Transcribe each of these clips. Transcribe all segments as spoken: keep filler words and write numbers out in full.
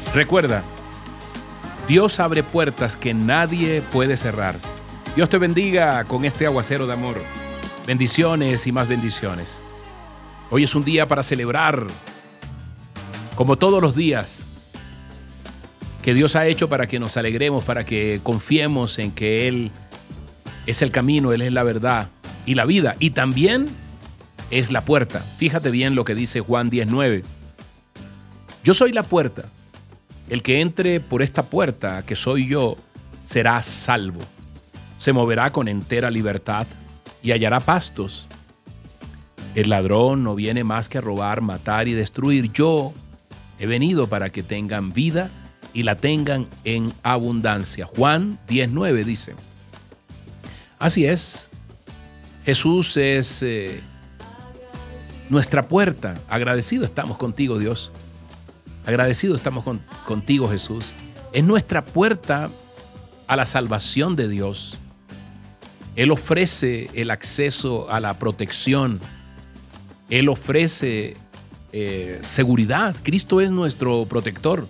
Recuerda, Dios abre puertas que nadie puede cerrar. Dios te bendiga con este aguacero de amor. Bendiciones y más bendiciones. Hoy es un día para celebrar, como todos los días, que Dios ha hecho para que nos alegremos, para que confiemos en que Él es el camino, Él es la verdad y la vida. Y también es la puerta. Fíjate bien lo que dice Juan diez nueve. Yo soy la puerta. El que entre por esta puerta, que soy yo, será salvo. Se moverá con entera libertad y hallará pastos. El ladrón no viene más que a robar, matar y destruir. Yo he venido para que tengan vida y la tengan en abundancia. Juan diez nueve dice. Así es. Jesús es eh, nuestra puerta. Agradecido estamos contigo, Dios. Agradecido estamos con, contigo, Jesús. Es nuestra puerta a la salvación de Dios. Él ofrece el acceso a la protección. Él ofrece eh, seguridad. Cristo es nuestro protector.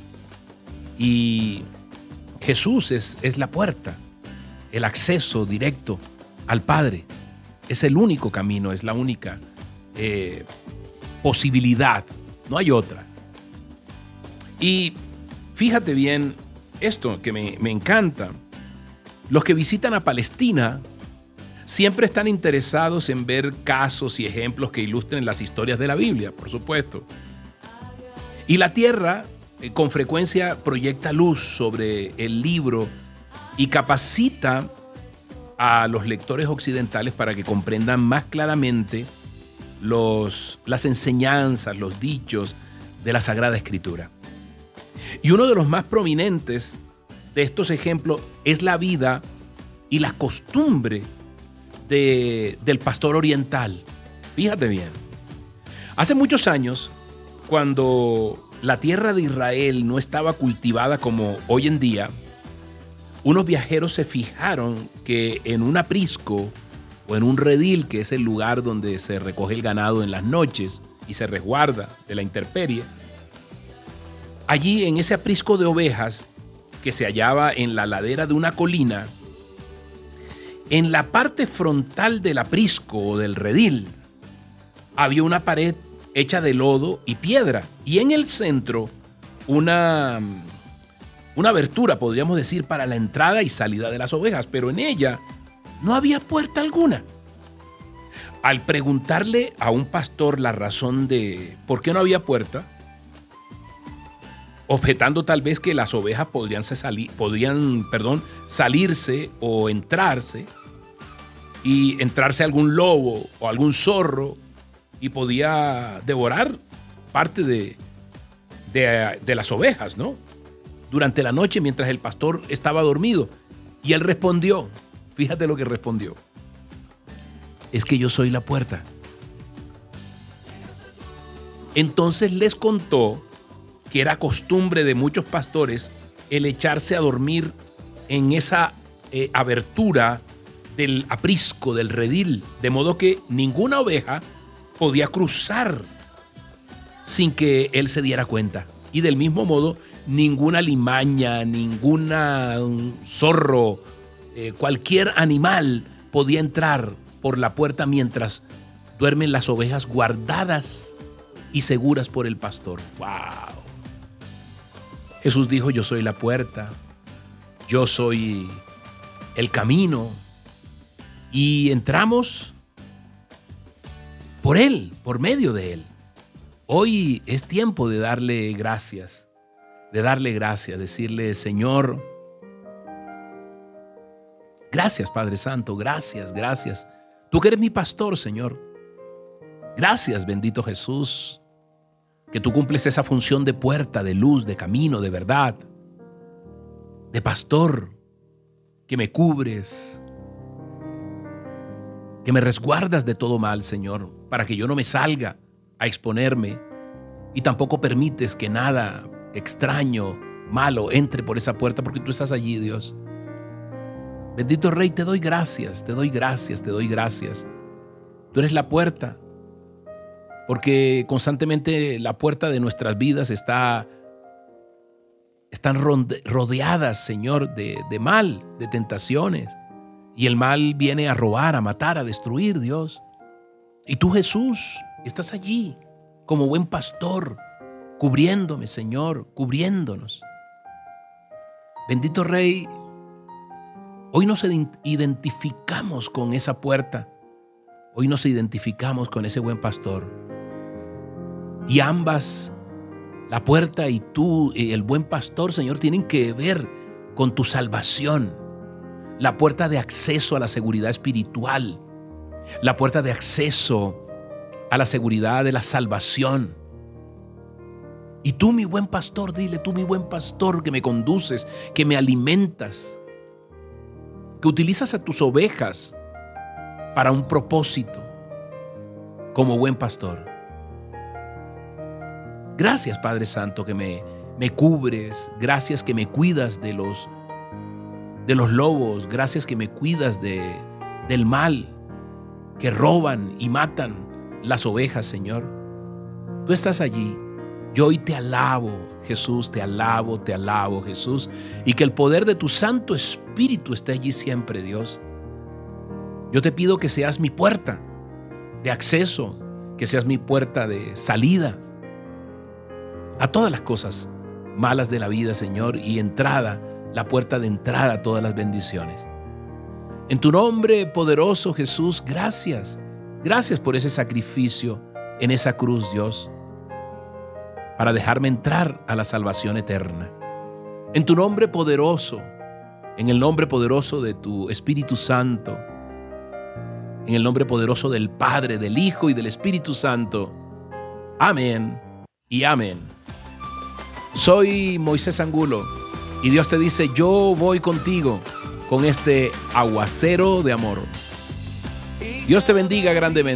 Y Jesús es, es la puerta, el acceso directo al Padre. Es el único camino, es la única eh, posibilidad. No hay otra. Y fíjate bien esto que me, me encanta. Los que visitan a Palestina siempre están interesados en ver casos y ejemplos que ilustren las historias de la Biblia, por supuesto. Y la tierra eh, con frecuencia proyecta luz sobre el libro y capacita a los lectores occidentales para que comprendan más claramente los, las enseñanzas, los dichos de la Sagrada Escritura. Y uno de los más prominentes de estos ejemplos es la vida y la costumbre de, del pastor oriental. Fíjate bien. Hace muchos años, cuando la tierra de Israel no estaba cultivada como hoy en día, unos viajeros se fijaron que en un aprisco o en un redil, que es el lugar donde se recoge el ganado en las noches y se resguarda de la intemperie, allí en ese aprisco de ovejas que se hallaba en la ladera de una colina, en la parte frontal del aprisco o del redil había una pared hecha de lodo y piedra y en el centro una, una abertura, podríamos decir, para la entrada y salida de las ovejas, pero en ella no había puerta alguna. Al preguntarle a un pastor la razón de por qué no había puerta, objetando tal vez que las ovejas podrían, sali- podrían perdón, salirse o entrarse, y entrarse algún lobo o algún zorro y podía devorar parte de, de, de las ovejas, ¿no? Durante la noche mientras el pastor estaba dormido. Y él respondió, fíjate lo que respondió, es que yo soy la puerta. Entonces les contó que era costumbre de muchos pastores el echarse a dormir en esa eh, abertura del aprisco, del redil, de modo que ninguna oveja podía cruzar sin que él se diera cuenta. Y del mismo modo, ninguna limaña, ninguna un zorro, eh, cualquier animal podía entrar por la puerta mientras duermen las ovejas guardadas y seguras por el pastor. ¡Wow! Jesús dijo, yo soy la puerta, yo soy el camino, y entramos por Él, por medio de Él. Hoy es tiempo de darle gracias, de darle gracias, decirle, Señor, gracias Padre Santo, gracias, gracias. Tú que eres mi pastor, Señor. Gracias, bendito Jesús, que tú cumples esa función de puerta, de luz, de camino, de verdad, de pastor, que me cubres, que me resguardas de todo mal, Señor, para que yo no me salga a exponerme y tampoco permites que nada extraño, malo, entre por esa puerta porque tú estás allí, Dios. Bendito Rey, te doy gracias, te doy gracias, te doy gracias. Tú eres la puerta, porque constantemente la puerta de nuestras vidas está están rodeadas, Señor, de, de mal, de tentaciones. Y el mal viene a robar, a matar, a destruir, Dios. Y tú, Jesús, estás allí como buen pastor, cubriéndome, Señor, cubriéndonos. Bendito Rey, hoy nos identificamos con esa puerta. Hoy nos identificamos con ese buen pastor. Y ambas, la puerta y tú, el buen pastor, Señor, tienen que ver con tu salvación. La puerta de acceso a la seguridad espiritual. La puerta de acceso a la seguridad de la salvación. Y tú, mi buen pastor, dile, tú, mi buen pastor, que me conduces, que me alimentas, que utilizas a tus ovejas para un propósito, como buen pastor. Gracias, Padre Santo, que me, me cubres. Gracias que me cuidas de los, de los lobos. Gracias que me cuidas de, del mal que roban y matan las ovejas, Señor. Tú estás allí. Yo hoy te alabo, Jesús, te alabo, te alabo, Jesús. Y que el poder de tu Santo Espíritu esté allí siempre, Dios. Yo te pido que seas mi puerta de acceso, que seas mi puerta de salida a todas las cosas malas de la vida, Señor, y entrada, la puerta de entrada a todas las bendiciones. En tu nombre poderoso, Jesús, gracias. Gracias por ese sacrificio en esa cruz, Dios, para dejarme entrar a la salvación eterna. En tu nombre poderoso, en el nombre poderoso de tu Espíritu Santo, en el nombre poderoso del Padre, del Hijo y del Espíritu Santo. Amén y amén. Soy Moisés Angulo y Dios te dice, yo voy contigo con este aguacero de amor. Dios te bendiga grandemente.